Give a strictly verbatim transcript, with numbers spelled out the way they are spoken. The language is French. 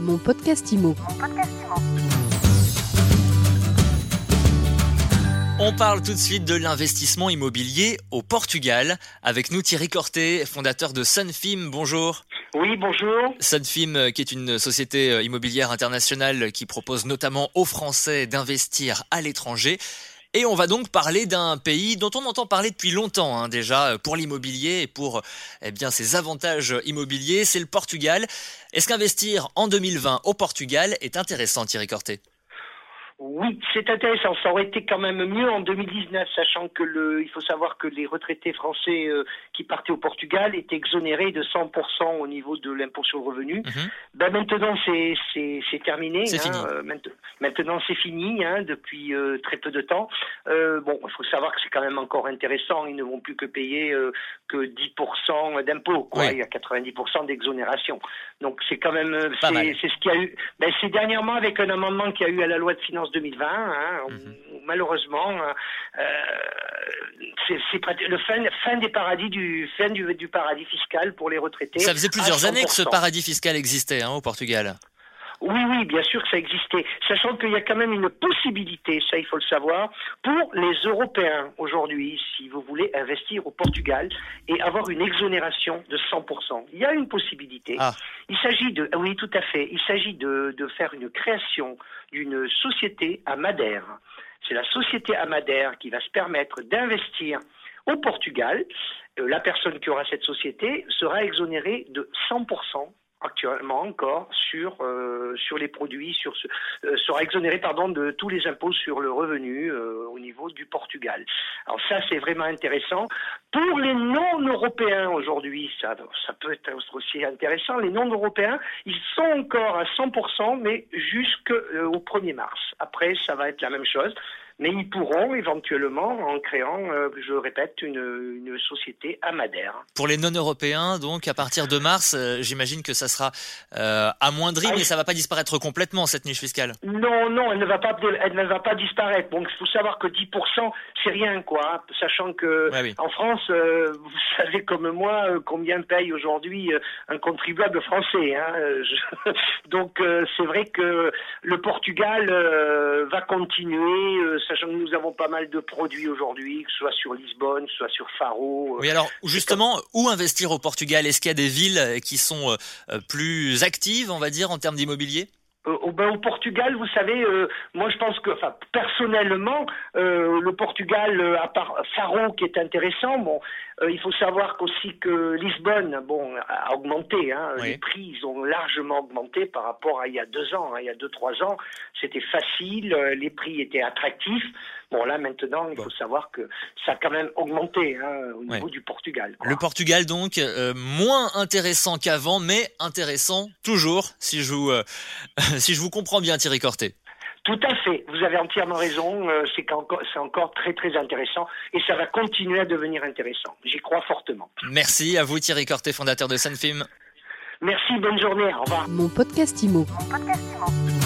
Mon podcast Imo. On parle tout de suite de l'investissement immobilier au Portugal. Avec nous Thierry Cortet, fondateur de Sunfim. Bonjour. Oui, bonjour. Sunfim, qui est une société immobilière internationale qui propose notamment aux Français d'investir à l'étranger. Et on va donc parler d'un pays dont on entend parler depuis longtemps hein, déjà pour l'immobilier et pour eh bien, ses avantages immobiliers, c'est le Portugal. Est-ce qu'investir en deux mille vingt au Portugal est intéressant, Thierry Cortet ? Oui, c'est intéressant. Ça aurait été quand même mieux en deux mille dix-neuf, sachant que le, il faut savoir que les retraités français euh, qui partaient au Portugal étaient exonérés de cent pour cent au niveau de l'impôt sur le revenu. Mmh. Ben maintenant, c'est, c'est, c'est terminé. C'est hein. fini. Euh, maintenant, c'est fini hein, depuis euh, très peu de temps. Euh, bon, il faut savoir que c'est quand même encore intéressant. Ils ne vont plus que payer euh, que dix pour cent d'impôts. Quoi. Oui. Il y a quatre-vingt-dix pour cent d'exonération. Donc, c'est quand même c'est, c'est ce qu'il y a eu. Ben, c'est dernièrement avec un amendement qu'il y a eu à la loi de finances deux mille vingt, hein, mm-hmm. malheureusement, euh, c'est, c'est le fin, fin des paradis du fin du, du paradis fiscal pour les retraités. Ça faisait plusieurs années que ce paradis fiscal existait hein, au Portugal. Oui, oui, bien sûr que ça existait, sachant qu'il y a quand même une possibilité, ça il faut le savoir, pour les Européens aujourd'hui, si vous voulez investir au Portugal et avoir une exonération de cent pour cent. Il y a une possibilité. Ah. Il s'agit de, oui, tout à fait, il s'agit de, de faire une création d'une société à Madère. C'est la société à Madère qui va se permettre d'investir au Portugal. Euh, la personne qui aura cette société sera exonérée de cent pour cent. Actuellement encore sur euh, sur les produits, sur ce, euh, sera exonéré pardon de tous les impôts sur le revenu euh, au niveau du Portugal. Alors ça c'est vraiment intéressant. Pour les non-européens aujourd'hui, ça ça peut être aussi intéressant. Les non-européens, ils sont encore à cent pour cent, mais jusqu'au euh, premier mars. Après, ça va être la même chose. Mais ils pourront éventuellement, en créant, euh, je répète, une, une société à Madère. Pour les non-européens, donc, à partir de mars, euh, j'imagine que ça sera euh, amoindri, ah, mais ça ne va pas disparaître complètement, cette niche fiscale. Non, non, elle ne va pas, elle ne va pas disparaître. Donc, il faut savoir que dix pour cent, c'est rien, quoi. Sachant que ouais, oui. en France, euh, vous savez comme moi, euh, combien paye aujourd'hui euh, un contribuable français. Hein, je... Donc, euh, c'est vrai que le Portugal euh, va continuer. Euh, sachant que nous avons pas mal de produits aujourd'hui, que ce soit sur Lisbonne, que ce soit sur Faro. Oui, alors justement, comme... où investir au Portugal ? Est-ce qu'il y a des villes qui sont euh, plus actives, on va dire, en termes d'immobilier ? Euh, au, ben, au Portugal, vous savez, euh, moi je pense que, enfin, personnellement, euh, le Portugal, euh, à part Faro qui est intéressant, bon, euh, il faut savoir qu'aussi que Lisbonne, bon, a augmenté, hein, oui. Les prix, ils ont largement augmenté par rapport à il y a deux ans, hein, il y a deux, trois ans, c'était facile, euh, les prix étaient attractifs. Bon, là, maintenant, il faut bon. savoir que ça a quand même augmenté hein, au niveau ouais. du Portugal. Quoi. Le Portugal, donc, euh, moins intéressant qu'avant, mais intéressant toujours, si je vous, euh, si je vous comprends bien, Thierry Cortet. Tout à fait, vous avez entièrement raison, euh, c'est, qu'encore, c'est encore très très intéressant et ça va continuer à devenir intéressant. J'y crois fortement. Merci à vous, Thierry Cortet, fondateur de Sunfim. Merci, bonne journée, au revoir. Mon podcast Imo. Mon podcast Imo.